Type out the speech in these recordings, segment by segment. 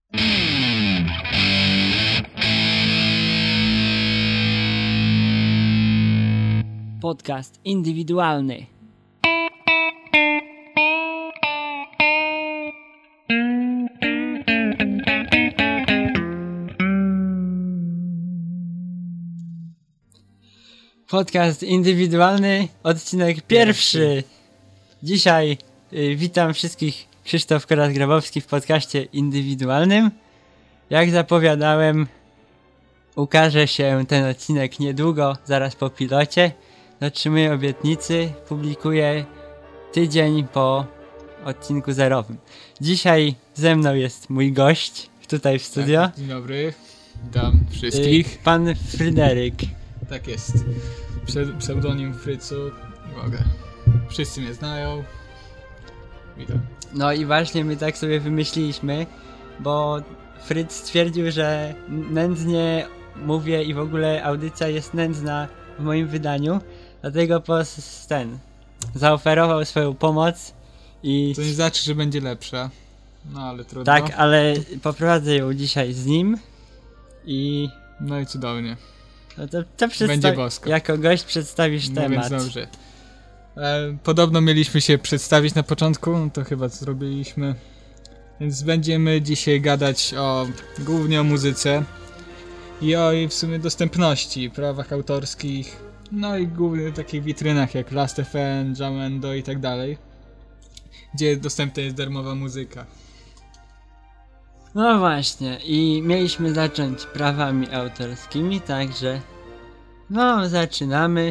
Podcast indywidualny. Podcast indywidualny, odcinek pierwszy. Dzisiaj witam wszystkich, Krzysztof Koraz-Grabowski w podcaście indywidualnym. Jak zapowiadałem, ukaże się ten odcinek niedługo, zaraz po pilocie. Dotrzymuję obietnicy, publikuję tydzień po odcinku zerowym. Dzisiaj ze mną jest mój gość, tutaj w studio. Tak, dzień dobry, witam wszystkich. Pan Fryderyk. Tak jest, pseudonim Frycu, nie mogę. Wszyscy mnie znają. Witam. No i właśnie my tak sobie wymyśliliśmy, bo Fryc stwierdził, że nędznie mówię i w ogóle audycja jest nędzna w moim wydaniu, dlatego zaoferował swoją pomoc i... To nie znaczy, że będzie lepsza, no ale trudno. Tak, ale poprowadzę ją dzisiaj z nim i... No i cudownie. No to będzie bosko. Jako gość przedstawisz No temat. Więc dobrze. Podobno mieliśmy się przedstawić na początku, no to chyba zrobiliśmy. Więc będziemy dzisiaj gadać głównie o muzyce i o jej w sumie dostępności, prawach autorskich, no i głównie takich witrynach jak Last.fm, Jamendo i tak dalej, gdzie dostępna jest darmowa muzyka. No właśnie, i mieliśmy zacząć prawami autorskimi, także no zaczynamy.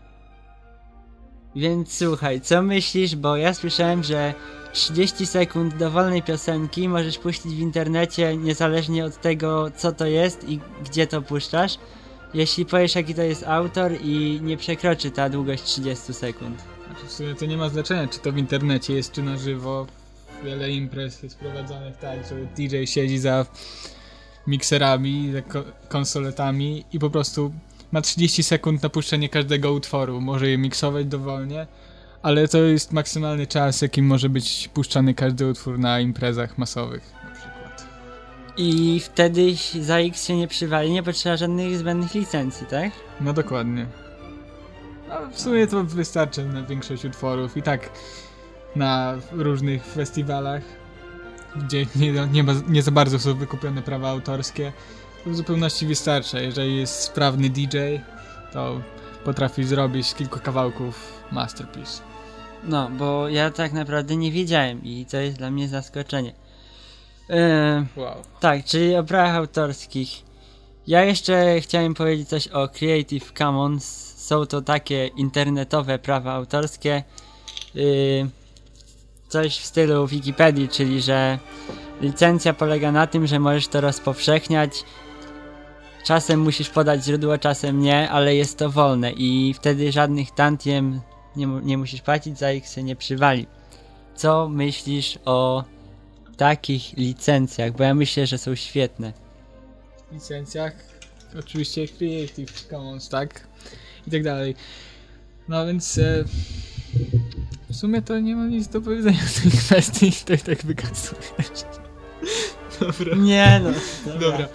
Więc słuchaj, co myślisz, bo ja słyszałem, że 30 sekund dowolnej piosenki możesz puścić w internecie niezależnie od tego, co to jest i gdzie to puszczasz, jeśli powiesz, jaki to jest autor i nie przekroczy ta długość 30 sekund. Znaczy w sumie to nie ma znaczenia, czy to w internecie jest, czy na żywo. Wiele imprez jest prowadzonych tak, że DJ siedzi za mikserami, za konsoletami i po prostu ma 30 sekund na puszczenie każdego utworu. Może je miksować dowolnie, ale to jest maksymalny czas, jakim może być puszczany każdy utwór na imprezach masowych na przykład. I wtedy za X się nie przywali, nie potrzeba żadnych zbędnych licencji, tak? No dokładnie. No, w sumie to wystarczy na większość utworów i tak na różnych festiwalach, gdzie nie za bardzo są wykupione prawa autorskie, to w zupełności wystarcza. Jeżeli jest sprawny DJ, to potrafi zrobić z kilku kawałków masterpiece. No, bo ja tak naprawdę nie wiedziałem i to jest dla mnie zaskoczenie. Wow. Tak, czyli o prawach autorskich. Ja jeszcze chciałem powiedzieć coś o Creative Commons. Są to takie internetowe prawa autorskie. Coś w stylu Wikipedii, czyli że licencja polega na tym, że możesz to rozpowszechniać. Czasem musisz podać źródło, czasem nie, ale jest to wolne i wtedy żadnych tantiem nie musisz płacić, za ich się nie przywali. Co myślisz o takich licencjach? Bo ja myślę, że są świetne. Licencjach, oczywiście Creative Commons, tak? I tak dalej. No więc w sumie to nie ma nic do powiedzenia w tej kwestii, to i tak wykazujesz. Dobra. Nie no. Dobra.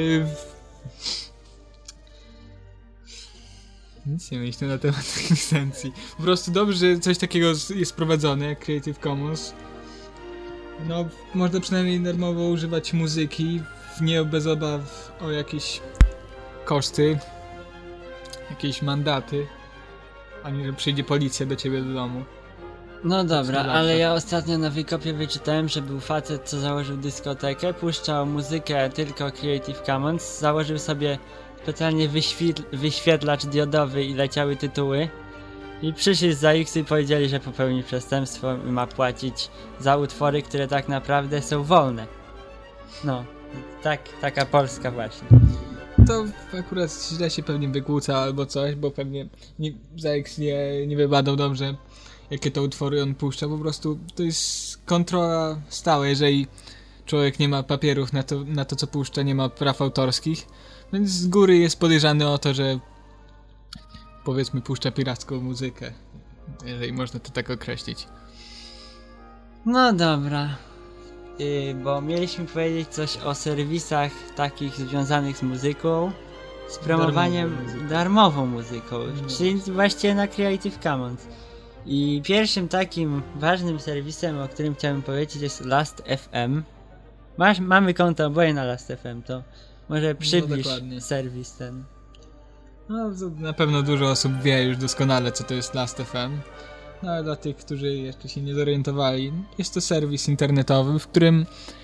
Nic nie myślę na temat tej licencji. Po prostu dobrze, że coś takiego jest prowadzone jak Creative Commons. No, można przynajmniej darmowo używać muzyki, bez obaw o jakieś koszty, jakieś mandaty, ani że przyjdzie policja do ciebie do domu. No dobra, ale ja ostatnio na Wikopie wyczytałem, że był facet, co założył dyskotekę, puszczał muzykę tylko Creative Commons, założył sobie specjalnie wyświetlacz diodowy i leciały tytuły i przyszli za X i powiedzieli, że popełnił przestępstwo i ma płacić za utwory, które tak naprawdę są wolne. No, taka Polska właśnie. To akurat źle się pewnie wykłóca albo coś, bo pewnie za X nie wybadał dobrze, jakie to utwory on puszcza. Po prostu to jest kontrola stała, jeżeli człowiek nie ma papierów na to co puszcza, nie ma praw autorskich, więc z góry jest podejrzany o to, że powiedzmy puszcza piracką muzykę, jeżeli można to tak określić. No dobra. bo mieliśmy powiedzieć coś o serwisach takich związanych z muzyką, z promowaniem darmową muzyką, czyli właściwie na Creative Commons. I pierwszym takim ważnym serwisem, o którym chciałem powiedzieć, jest Last.fm. Mamy konto oboje na Last.fm, to może przybliż serwis ten. No, na pewno dużo osób wie już doskonale, co to jest Last.fm. No ale dla tych, którzy jeszcze się nie zorientowali, jest to serwis internetowy, w którym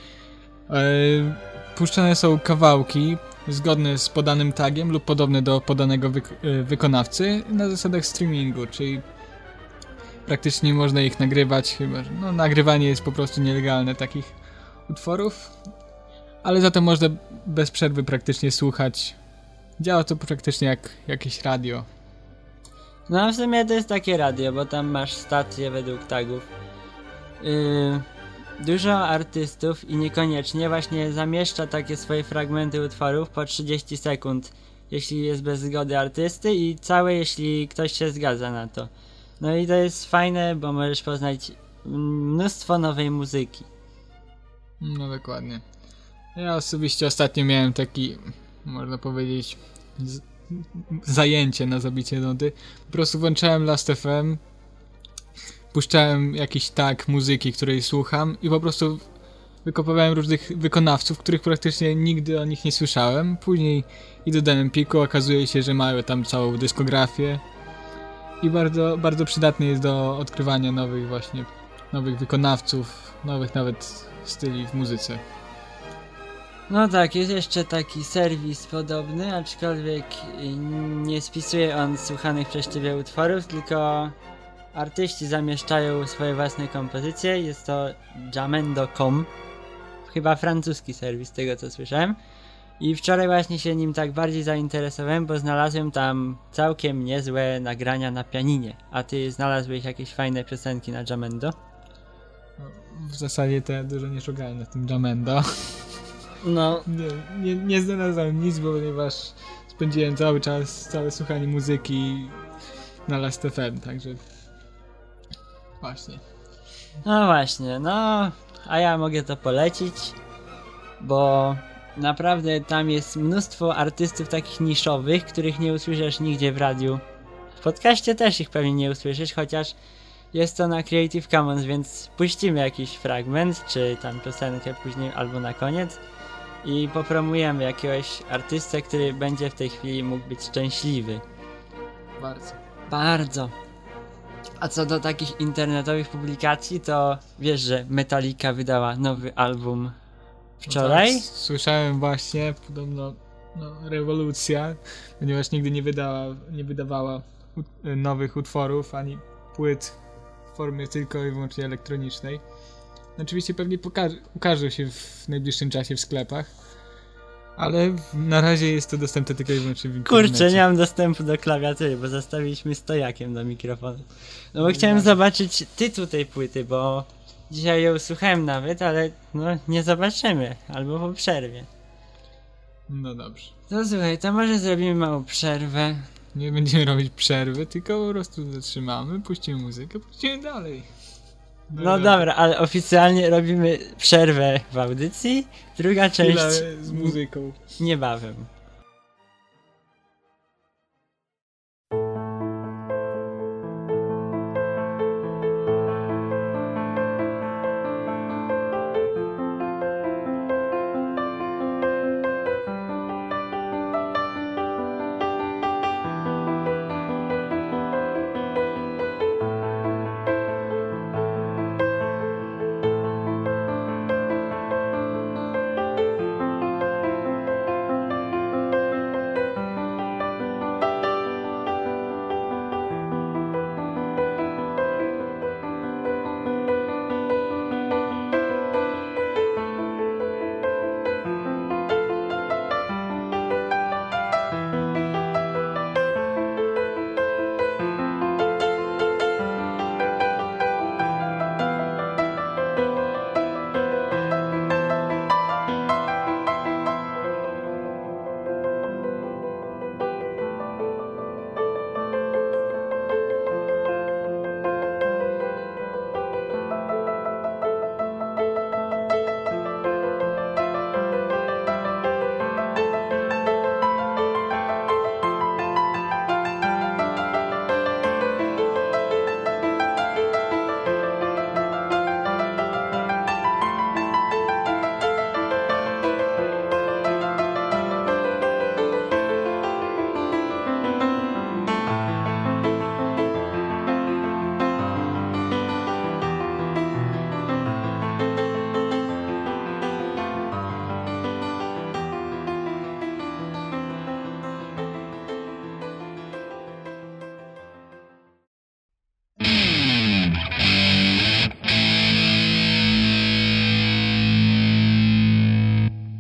puszczane są kawałki zgodne z podanym tagiem lub podobne do podanego wykonawcy na zasadach streamingu, czyli praktycznie można ich nagrywać, chyba że nagrywanie jest po prostu nielegalne takich utworów, ale zatem można bez przerwy praktycznie słuchać. Działa to praktycznie jak jakieś radio. No w sumie to jest takie radio, bo tam masz stację według tagów. Dużo artystów i niekoniecznie właśnie zamieszcza takie swoje fragmenty utworów po 30 sekund, jeśli jest bez zgody artysty, i całe, jeśli ktoś się zgadza na to. No i to jest fajne, bo możesz poznać mnóstwo nowej muzyki. No dokładnie. Ja osobiście ostatnio miałem taki, można powiedzieć, zajęcie na zabicie nudy. Po prostu włączałem Last.fm, puszczałem jakiś tag muzyki, której słucham, i po prostu wykopywałem różnych wykonawców, których praktycznie nigdy o nich nie słyszałem. Później idę do Empiku, okazuje się, że mają tam całą dyskografię i bardzo, bardzo przydatny jest do odkrywania nowych wykonawców, nowych nawet styli w muzyce. No tak, jest jeszcze taki serwis podobny, aczkolwiek nie spisuje on słuchanych przez ciebie utworów, tylko artyści zamieszczają swoje własne kompozycje. Jest to Jamendo.com, chyba francuski serwis, z tego co słyszałem. I wczoraj właśnie się nim tak bardziej zainteresowałem, bo znalazłem tam całkiem niezłe nagrania na pianinie. A ty znalazłeś jakieś fajne piosenki na Jamendo? W zasadzie to ja dużo nie szukałem na tym Jamendo. No. Nie znalazłem nic, ponieważ spędziłem całe słuchanie muzyki na Last.fm, także właśnie. No właśnie, a ja mogę to polecić, bo naprawdę tam jest mnóstwo artystów takich niszowych, których nie usłyszysz nigdzie w radiu. W podcaście też ich pewnie nie usłyszysz, chociaż jest to na Creative Commons, więc puścimy jakiś fragment, czy tam piosenkę później albo na koniec i popromujemy jakiegoś artystę, który będzie w tej chwili mógł być szczęśliwy. Bardzo. A co do takich internetowych publikacji, to wiesz, że Metallica wydała nowy album wczoraj? No tak, słyszałem właśnie, podobno rewolucja, ponieważ nigdy nie wydawała nowych utworów, ani płyt w formie tylko i wyłącznie elektronicznej. Oczywiście pewnie ukaże się w najbliższym czasie w sklepach, ale na razie jest to dostępne tylko i wyłącznie w internecie. Kurczę, nie mam dostępu do klawiatury, bo zostawiliśmy stojakiem do mikrofonu. No bo chciałem zobaczyć tytuł tej płyty, bo dzisiaj ją słuchałem nawet, ale nie zobaczymy, albo po przerwie. No dobrze. To słuchaj, to może zrobimy małą przerwę. Nie będziemy robić przerwy, tylko po prostu zatrzymamy, puścimy muzykę, puścimy dalej. No dobra, ale oficjalnie robimy przerwę w audycji. Druga część z muzyką niebawem.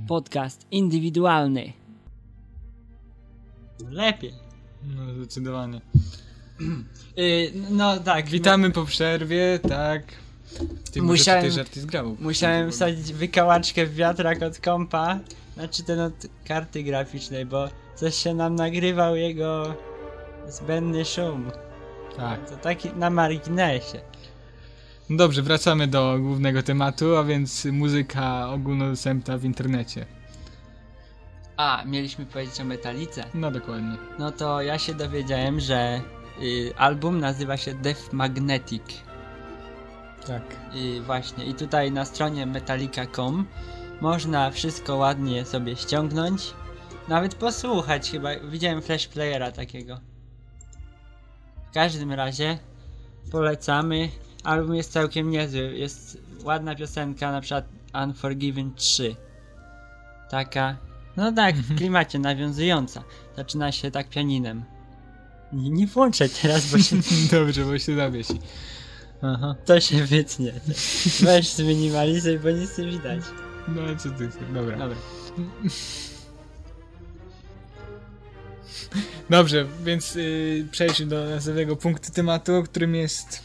Podcast indywidualny. Lepiej. No zdecydowanie. No tak. Witamy po przerwie, tak. Ty może te żarty zgrał. Musiałem wsadzić wykałaczkę w wiatrak od kompa, znaczy ten od karty graficznej, bo coś się nam nagrywał jego zbędny szum. Tak. To taki na marginesie. No dobrze, wracamy do głównego tematu, a więc muzyka ogólnodostępna w internecie. A, mieliśmy powiedzieć o Metalice. No dokładnie. No to ja się dowiedziałem, że album nazywa się Death Magnetic. Tak. Właśnie, i tutaj na stronie metallica.com można wszystko ładnie sobie ściągnąć. Nawet posłuchać chyba, widziałem flash playera takiego. W każdym razie polecamy. Album jest całkiem niezły, jest ładna piosenka, na przykład Unforgiven 3. Taka, no tak, w klimacie nawiązująca. Zaczyna się tak pianinem. Nie włączaj teraz, bo się... Dobrze, bo się zawiesi. Aha. To się wytnie. Weź zminimalizuj, bo nic nie widać. No co ty, dobra. Dobrze, więc przejdźmy do następnego punktu tematu, którym jest...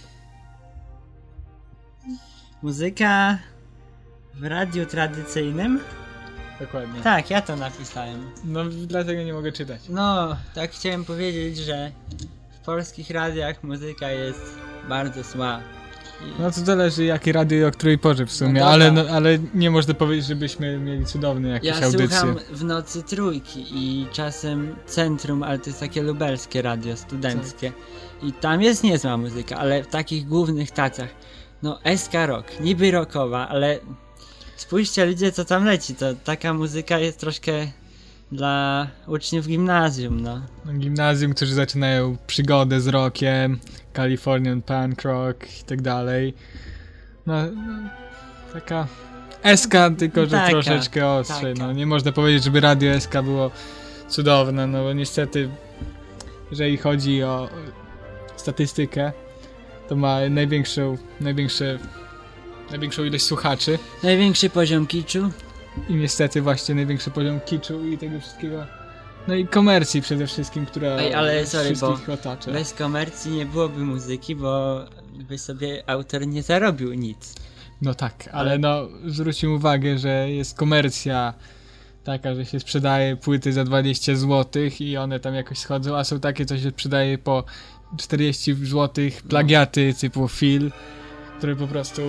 Muzyka w radiu tradycyjnym? Dokładnie. Tak, ja to napisałem. No dlatego nie mogę czytać. No, tak chciałem powiedzieć, że w polskich radiach muzyka jest bardzo słaba. No to zależy jakie radio i o której porze w sumie, No ale nie można powiedzieć, żebyśmy mieli cudowne jakieś audycje. Ja słucham w nocy Trójki i czasem Centrum, ale to jest takie lubelskie radio studenckie. I tam jest niezła muzyka, ale w takich głównych tacach, no SK Rock, niby rockowa, ale spójrzcie ludzie co tam leci, to taka muzyka jest troszkę dla uczniów gimnazjum, no. Gimnazjum, którzy zaczynają przygodę z rockiem, Californian punk rock i tak dalej. No taka SK, tylko że troszeczkę ostrzej. No, nie można powiedzieć, żeby radio SK było cudowne, no bo niestety, jeżeli chodzi o statystykę, to ma największą ilość słuchaczy. Największy poziom kiczu. I niestety właśnie największy poziom kiczu i tego wszystkiego. No i komercji przede wszystkim, która wszystkich otacza. Bez komercji nie byłoby muzyki, bo by sobie autor nie zarobił nic. No tak, ale no zwróćmy uwagę, że jest komercja taka, że się sprzedaje płyty za 20 zł i one tam jakoś schodzą, a są takie, co się sprzedaje po 40 zł, plagiaty typu Phil, które po prostu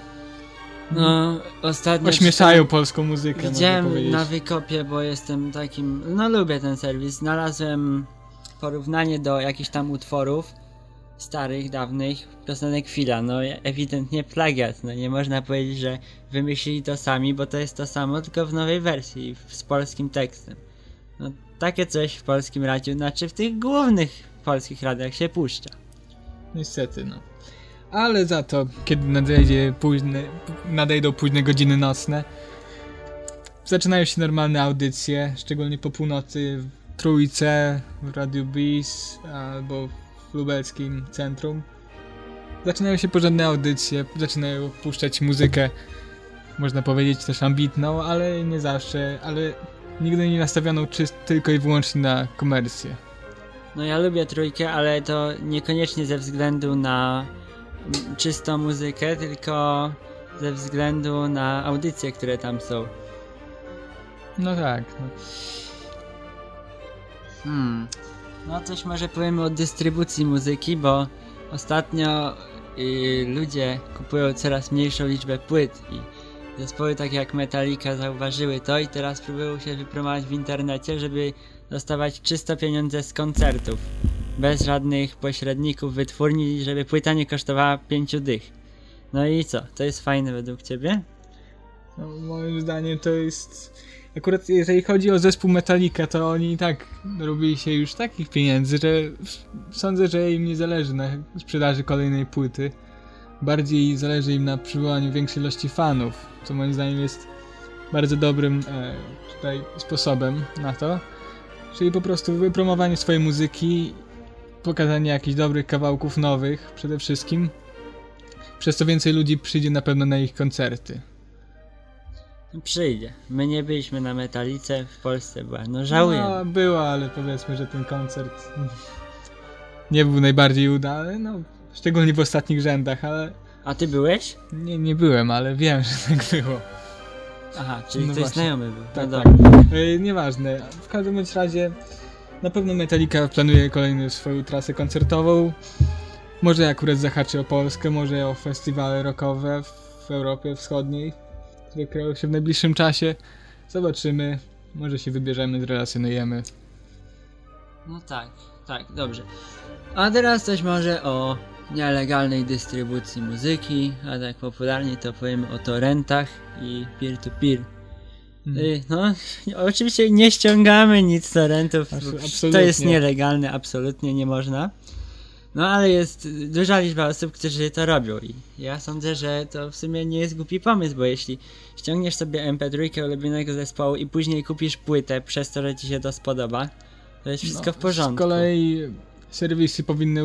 ostatnio ośmieszają polską muzykę. Widziałem na Wykopie, bo jestem takim, lubię ten serwis, znalazłem porównanie do jakichś tam utworów starych, dawnych piosenek Phila, ewidentnie plagiat, nie można powiedzieć, że wymyślili to sami, bo to jest to samo, tylko w nowej wersji, z polskim tekstem. Takie coś w polskim radiu, znaczy w tych głównych polskich radiach się puszcza. Niestety, ale za to, kiedy nadejdą późne godziny nocne, zaczynają się normalne audycje, szczególnie po północy w Trójce, w Radiu Bis albo w lubelskim centrum. Zaczynają się porządne audycje, zaczynają puszczać muzykę, można powiedzieć też ambitną, ale nie zawsze, ale nigdy nie nastawioną tylko i wyłącznie na komercję. Ja lubię Trójkę, ale to niekoniecznie ze względu na czystą muzykę, tylko ze względu na audycje, które tam są. No tak. Coś może powiemy o dystrybucji muzyki, bo ostatnio ludzie kupują coraz mniejszą liczbę płyt i zespoły takie jak Metallica zauważyły to i teraz próbują się wypromować w internecie, żeby dostawać czysto pieniądze z koncertów. Bez żadnych pośredników, wytwórni, żeby płyta nie kosztowała 5 dych. No i co? To jest fajne według ciebie? Moim zdaniem to jest... Akurat jeżeli chodzi o zespół Metallica, to oni i tak robili się już takich pieniędzy, że sądzę, że im nie zależy na sprzedaży kolejnej płyty. Bardziej zależy im na przywołaniu większej ilości fanów, co moim zdaniem jest bardzo dobrym tutaj sposobem na to. Czyli po prostu wypromowanie swojej muzyki, pokazanie jakichś dobrych kawałków nowych przede wszystkim, przez co więcej ludzi przyjdzie na pewno na ich koncerty. Przyjdzie. My nie byliśmy na Metalice, w Polsce była. No żałuję. No, była, ale powiedzmy, że ten koncert nie był najbardziej udany, no, szczególnie w ostatnich rzędach, ale A ty byłeś? nie byłem, ale wiem, że tak było. Aha, czyli No ktoś właśnie. znajomy był. Tak, No tak. dobra. Nieważne. W każdym bądź razie na pewno Metallica planuje kolejną swoją trasę koncertową. Może akurat zahaczy o Polskę, może o festiwale rockowe w Europie Wschodniej, które kreują się w najbliższym czasie. Zobaczymy. Może się wybierzemy, zrelacjonujemy. No tak, dobrze. A teraz coś może o nielegalnej dystrybucji muzyki, a tak popularnie to powiemy o torrentach i peer-to-peer. No, oczywiście nie ściągamy nic z torrentów, to jest nielegalne, absolutnie nie można. No ale jest duża liczba osób, którzy to robią i ja sądzę, że to w sumie nie jest głupi pomysł, bo jeśli ściągniesz sobie MP3 ulubionego zespołu i później kupisz płytę przez to, że ci się to spodoba, to jest wszystko w porządku. Z kolei serwisy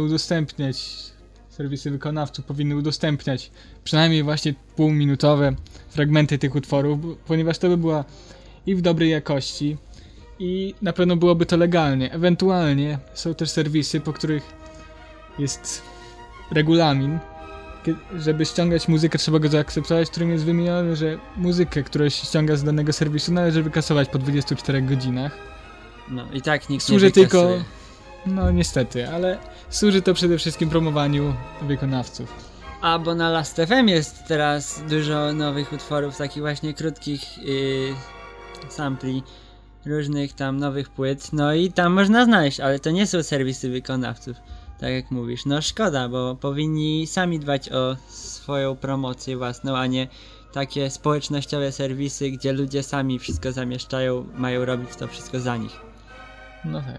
wykonawców powinny udostępniać przynajmniej właśnie półminutowe fragmenty tych utworów, ponieważ to by była i w dobrej jakości i na pewno byłoby to legalnie. Ewentualnie są też serwisy, po których jest regulamin, żeby ściągać muzykę trzeba go zaakceptować, w którym jest wymienione, że muzykę, którą się ściąga z danego serwisu należy wykasować po 24 godzinach. No i tak nikt służy nie wykasuje. tylko, no niestety, ale służy to przede wszystkim promowaniu wykonawców. A bo na Last.fm jest teraz dużo nowych utworów, takich właśnie krótkich sampli różnych tam nowych płyt, no i tam można znaleźć, ale to nie są serwisy wykonawców, tak jak mówisz. No szkoda, bo powinni sami dbać o swoją promocję własną, a nie takie społecznościowe serwisy, gdzie ludzie sami wszystko zamieszczają, mają robić to wszystko za nich. No tak.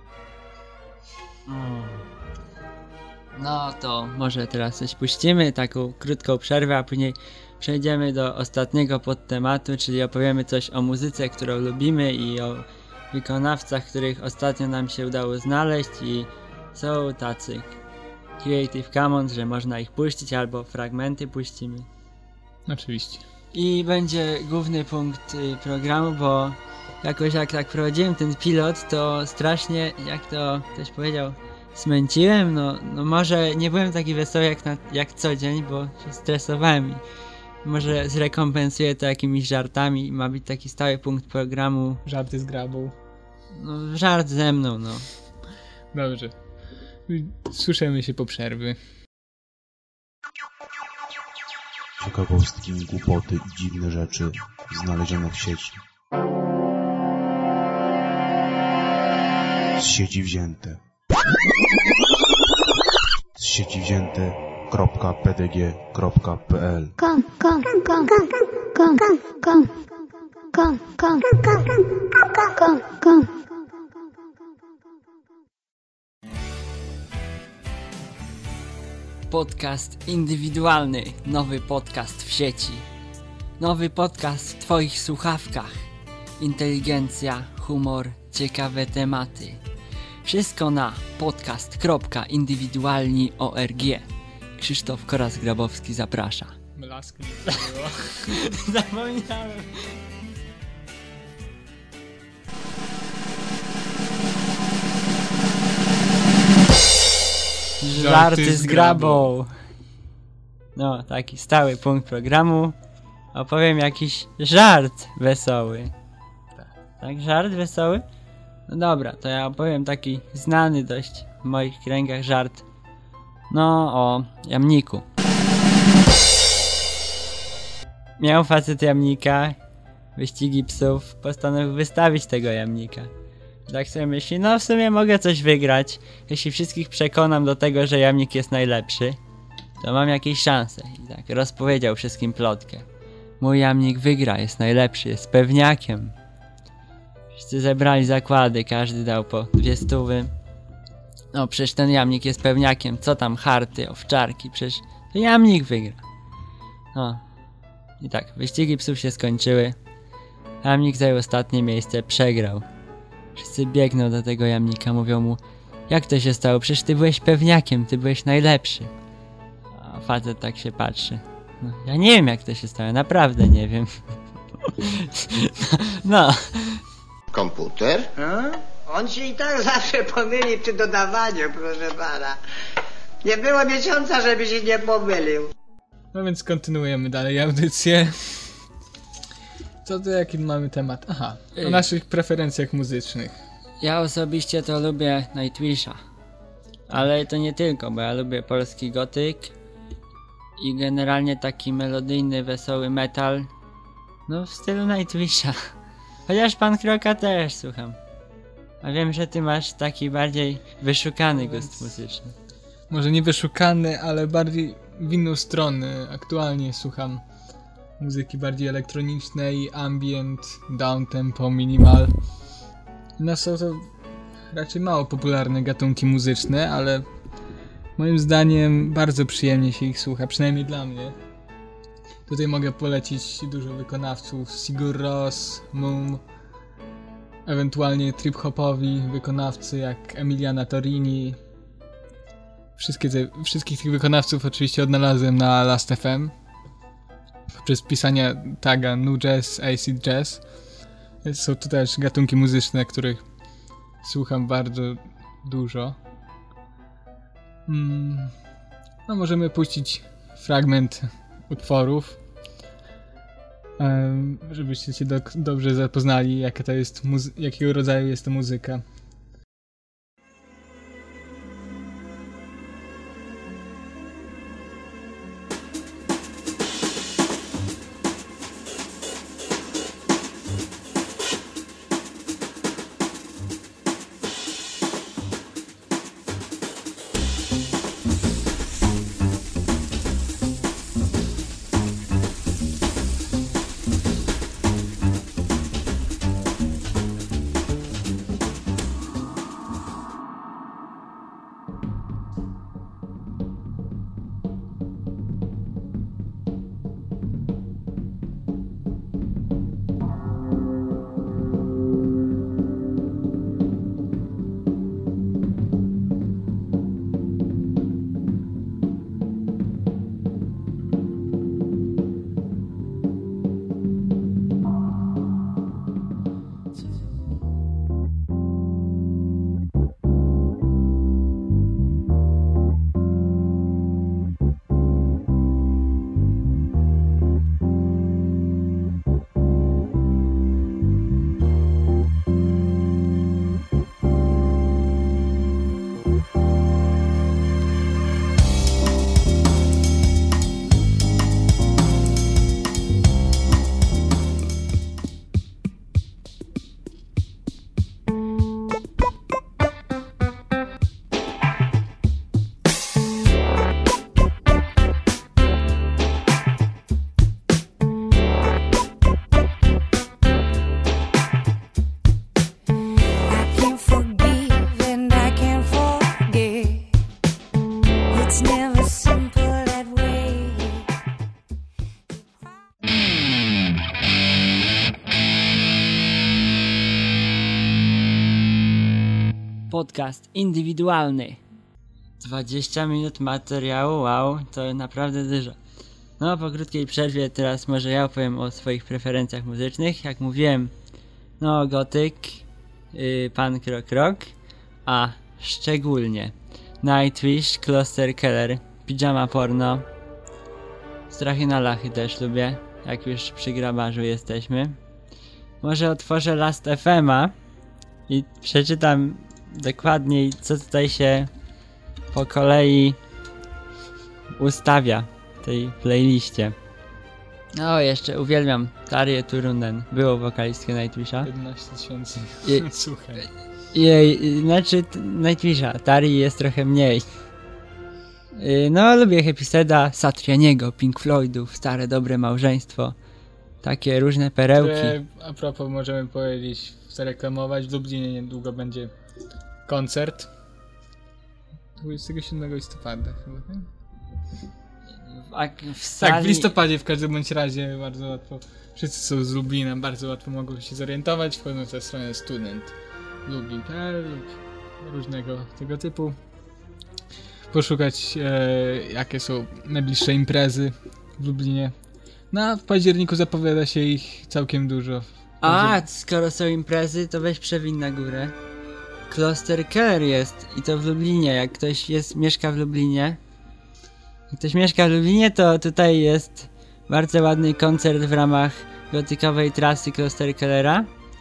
No to może teraz coś puścimy, taką krótką przerwę, a później przejdziemy do ostatniego podtematu, czyli opowiemy coś o muzyce, którą lubimy i o wykonawcach, których ostatnio nam się udało znaleźć i są tacy Creative Commons, że można ich puścić albo fragmenty puścimy. Oczywiście. I będzie główny punkt programu, bo jakoś jak tak prowadziłem ten pilot, to strasznie, jak to ktoś powiedział, smęciłem, no może nie byłem taki wesoły jak co dzień, bo się stresowałem i może zrekompensuję to jakimiś żartami i ma być taki stały punkt programu. Żarty z grabą. No żart ze mną, no. Dobrze. Słyszymy się po przerwie. Ciekawostki, głupoty i dziwne rzeczy znalezione w sieci. Z sieci wzięte. Z sieci wzięte.pdg.pl Podcast indywidualny, nowy podcast w sieci. Nowy podcast w twoich słuchawkach. Inteligencja, humor, ciekawe tematy. Wszystko na podcast.indywidualni.org. Krzysztof Koras-Grabowski zaprasza. Mlask nie było. Zapomniałem. Żarty z grabą. No, taki stały punkt programu. Opowiem jakiś żart wesoły. Tak, żart wesoły? No dobra, to ja opowiem taki znany dość w moich kręgach żart. No, o jamniku. Miał facet jamnika, wyścigi psów, postanowił wystawić tego jamnika. Tak sobie myśli, no w sumie mogę coś wygrać. Jeśli wszystkich przekonam do tego, że jamnik jest najlepszy, to mam jakieś szanse. I tak rozpowiedział wszystkim plotkę. Mój jamnik wygra, jest najlepszy, jest pewniakiem. Wszyscy zebrali zakłady, każdy dał po 200. No przecież ten jamnik jest pewniakiem, co tam harty, owczarki, przecież to jamnik wygra. No. I tak, wyścigi psów się skończyły. Jamnik zajął ostatnie miejsce, przegrał. Wszyscy biegną do tego jamnika, mówią mu: jak to się stało? Przecież ty byłeś pewniakiem, ty byłeś najlepszy. A facet tak się patrzy. No, ja nie wiem jak to się stało, naprawdę nie wiem. No. Komputer? On się i tak zawsze pomyli przy dodawaniu, proszę pana. Nie było miesiąca, żeby się nie pomylił. No więc kontynuujemy dalej audycję. Co to, jaki mamy temat? Aha, o naszych preferencjach muzycznych. Ja osobiście to lubię Nightwisha. Ale to nie tylko, bo ja lubię polski gotyk i generalnie taki melodyjny, wesoły metal. No w stylu Nightwisha. Chociaż punk rocka też słucham. A wiem, że ty masz taki bardziej wyszukany gust muzyczny. Może nie wyszukany, ale bardziej w inną stronę. Aktualnie słucham muzyki bardziej elektronicznej, ambient, downtempo, minimal. No są to raczej mało popularne gatunki muzyczne, ale moim zdaniem bardzo przyjemnie się ich słucha, przynajmniej dla mnie. Tutaj mogę polecić dużo wykonawców: Sigur Rós, Mumm, ewentualnie trip-hopowi wykonawcy jak Emiliana Torini. Wszystkich tych wykonawców oczywiście odnalazłem na Last.fm poprzez pisanie taga Nu Jazz, Acid Jazz. Są to też gatunki muzyczne, których słucham bardzo dużo. No możemy puścić fragment utworów, żebyście się dobrze zapoznali, jakiego rodzaju jest to muzyka. Podcast indywidualny. 20 minut materiału, wow, to naprawdę dużo. No, po krótkiej przerwie teraz może ja opowiem o swoich preferencjach muzycznych. Jak mówiłem, no gotyk, punk rock, a szczególnie Nightwish, Kloster Keller, Pijama Porno, Strachy na Lachy też lubię, jak już przy grabarzu jesteśmy. Może otworzę Last.fm-a i przeczytam dokładniej, co tutaj się po kolei ustawia w tej playliście. No, jeszcze uwielbiam Tarję Turunen, było wokalistkę Nightwisha. 11 tysięcy, słuchaj. Jej, znaczy Nightwisha, Tarii jest trochę mniej. No, lubię Happyseda, Satrianiego, Pink Floydów, Stare Dobre Małżeństwo. Takie różne perełki. Które, a propos, możemy powiedzieć, zareklamować, w Lublinie niedługo będzie koncert 27 listopada chyba, nie? W sali... Tak, w listopadzie w każdym bądź razie bardzo łatwo, wszyscy są z Lublina, bardzo łatwo mogą się zorientować, wchodząc na stronę student.lublin.pl lub różnego tego typu. Poszukać jakie są najbliższe imprezy w Lublinie. No a w październiku zapowiada się ich całkiem dużo. A, skoro są imprezy, to weź przewin na górę. Kloster Keller jest i to w Lublinie. Jak ktoś mieszka w Lublinie, to tutaj jest bardzo ładny koncert w ramach gotykowej trasy Kloster Kellera.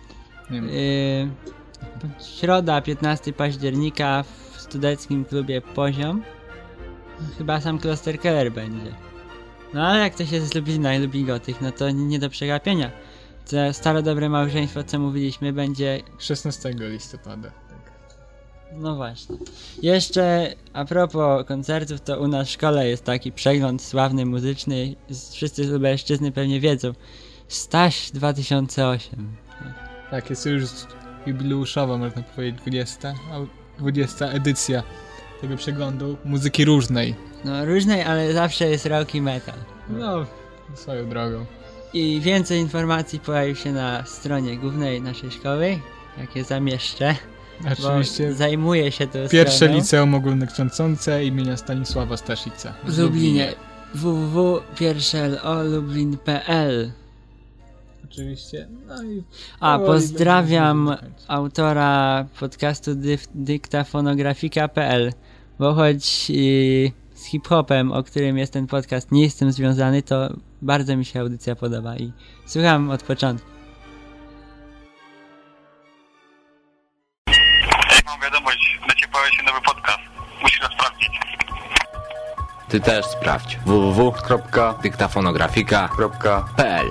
Środa, 15 października w studenckim klubie Poziom. Chyba sam Kloster Keller będzie. No ale jak ktoś jest z Lublina i lubi gotyk, no to nie do przegapienia. To stare dobre małżeństwo, co mówiliśmy, będzie 16 listopada. Tak. No właśnie. Jeszcze a propos koncertów, to u nas w szkole jest taki przegląd sławny muzyczny. Wszyscy z Lubelszczyzny pewnie wiedzą. Staś 2008. Tak, jest już jubileuszowa, można powiedzieć, 20 edycja tego przeglądu muzyki różnej. No różnej, ale zawsze jest rock i metal. No, swoją drogą. I więcej informacji pojawi się na stronie głównej naszej szkoły, jak je zamieszczę. Oczywiście. Bo zajmuję się tą Pierwsze stroną. liceum ogólnokształcące imienia Stanisława Staszica. W Lublinie. www.pierwszolublin.pl. Oczywiście. No i Pozdrawiam autora podcastu dyktafonografika.pl, bo choć z hip-hopem, o którym jest ten podcast, nie jestem związany, to bardzo mi się audycja podoba i słucham od początku. Mam wiadomość, leci pojawia się nowy podcast. Musisz to sprawdzić. Ty też sprawdź. www.dyktafonografika.pl.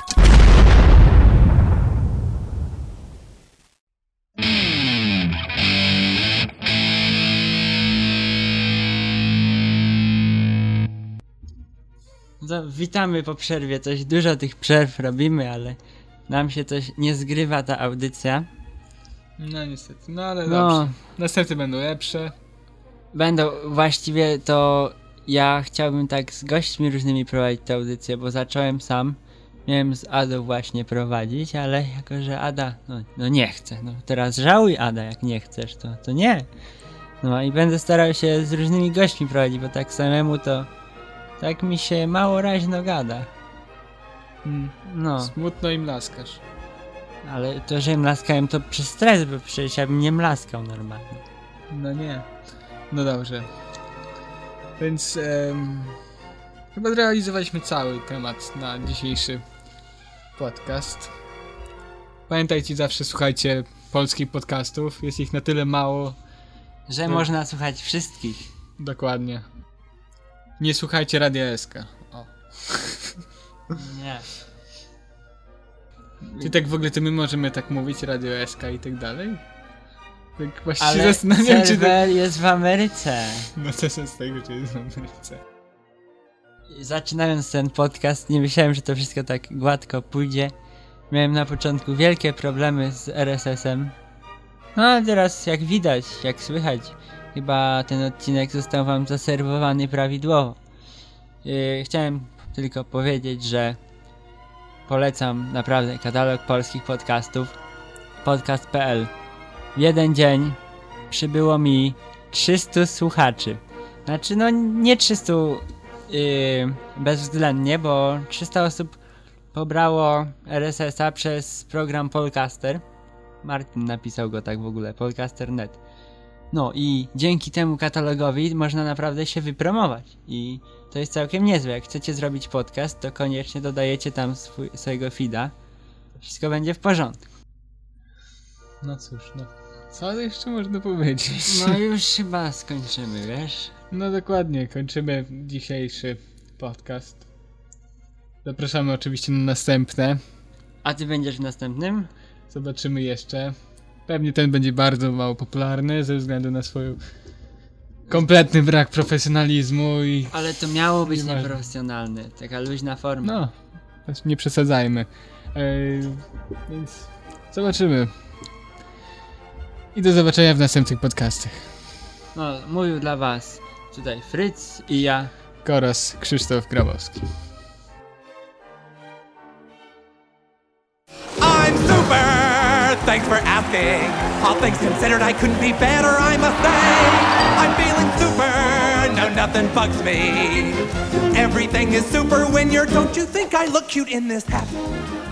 Witamy po przerwie, dużo tych przerw robimy, ale nam się coś nie zgrywa ta audycja. No niestety, no ale dobrze. Następne będą lepsze. Będą, właściwie to ja chciałbym tak z gośćmi różnymi prowadzić tę audycję, bo zacząłem sam. Miałem z Adą właśnie prowadzić, ale jako, że Ada, no nie chce. No teraz żałuj, Ada, jak nie chcesz, to nie. No i będę starał się z różnymi gośćmi prowadzić, bo tak samemu to tak mi się mało raźno gada. No. Smutno im laskasz. Ale to, że mlaskałem, to przez stres, bo przecież ja bym nie mlaskał normalnie. No nie. No dobrze. Więc chyba zrealizowaliśmy cały temat na dzisiejszy podcast. Pamiętajcie, zawsze słuchajcie polskich podcastów. Jest ich na tyle mało, że można słuchać wszystkich. Dokładnie. Nie słuchajcie Radia SK. O. Nie. Czy tak w ogóle to my możemy tak mówić, Radio SK i tak dalej? Tak właściwie ale zastanawiam się, serwer jest w Ameryce. No to jest z tego, że jest w Ameryce. Zaczynając ten podcast, nie myślałem, że to wszystko tak gładko pójdzie. Miałem na początku wielkie problemy z RSS-em. No ale teraz, jak widać, jak słychać, chyba ten odcinek został wam zaserwowany prawidłowo. Chciałem tylko powiedzieć, że polecam naprawdę katalog polskich podcastów. Podcast.pl. W jeden dzień przybyło mi 300 słuchaczy. Znaczy, no nie 300 bezwzględnie, bo 300 osób pobrało RSS-a przez program Polcaster. Martin napisał go tak w ogóle, Polcaster.net. No i dzięki temu katalogowi można naprawdę się wypromować. I to jest całkiem niezłe. Jak chcecie zrobić podcast, to koniecznie dodajecie tam swojego feeda. Wszystko będzie w porządku. No cóż, no. Co jeszcze można powiedzieć? No już chyba skończymy, wiesz? No dokładnie, kończymy dzisiejszy podcast. Zapraszamy oczywiście na następne. A ty będziesz w następnym? Zobaczymy jeszcze. Pewnie ten będzie bardzo mało popularny ze względu na swój kompletny brak profesjonalizmu i... Ale to miało być nieprofesjonalne, taka luźna forma. No, nie przesadzajmy. Więc zobaczymy. I do zobaczenia w następnych podcastach. No, mówił dla was tutaj Fryc i ja, Oraz Krzysztof Grabowski. I'm super! Thanks for asking. All things considered, I couldn't be better, I must say. I'm feeling super. No, nothing bugs me. Everything is super when you're, don't you think I look cute in this hat?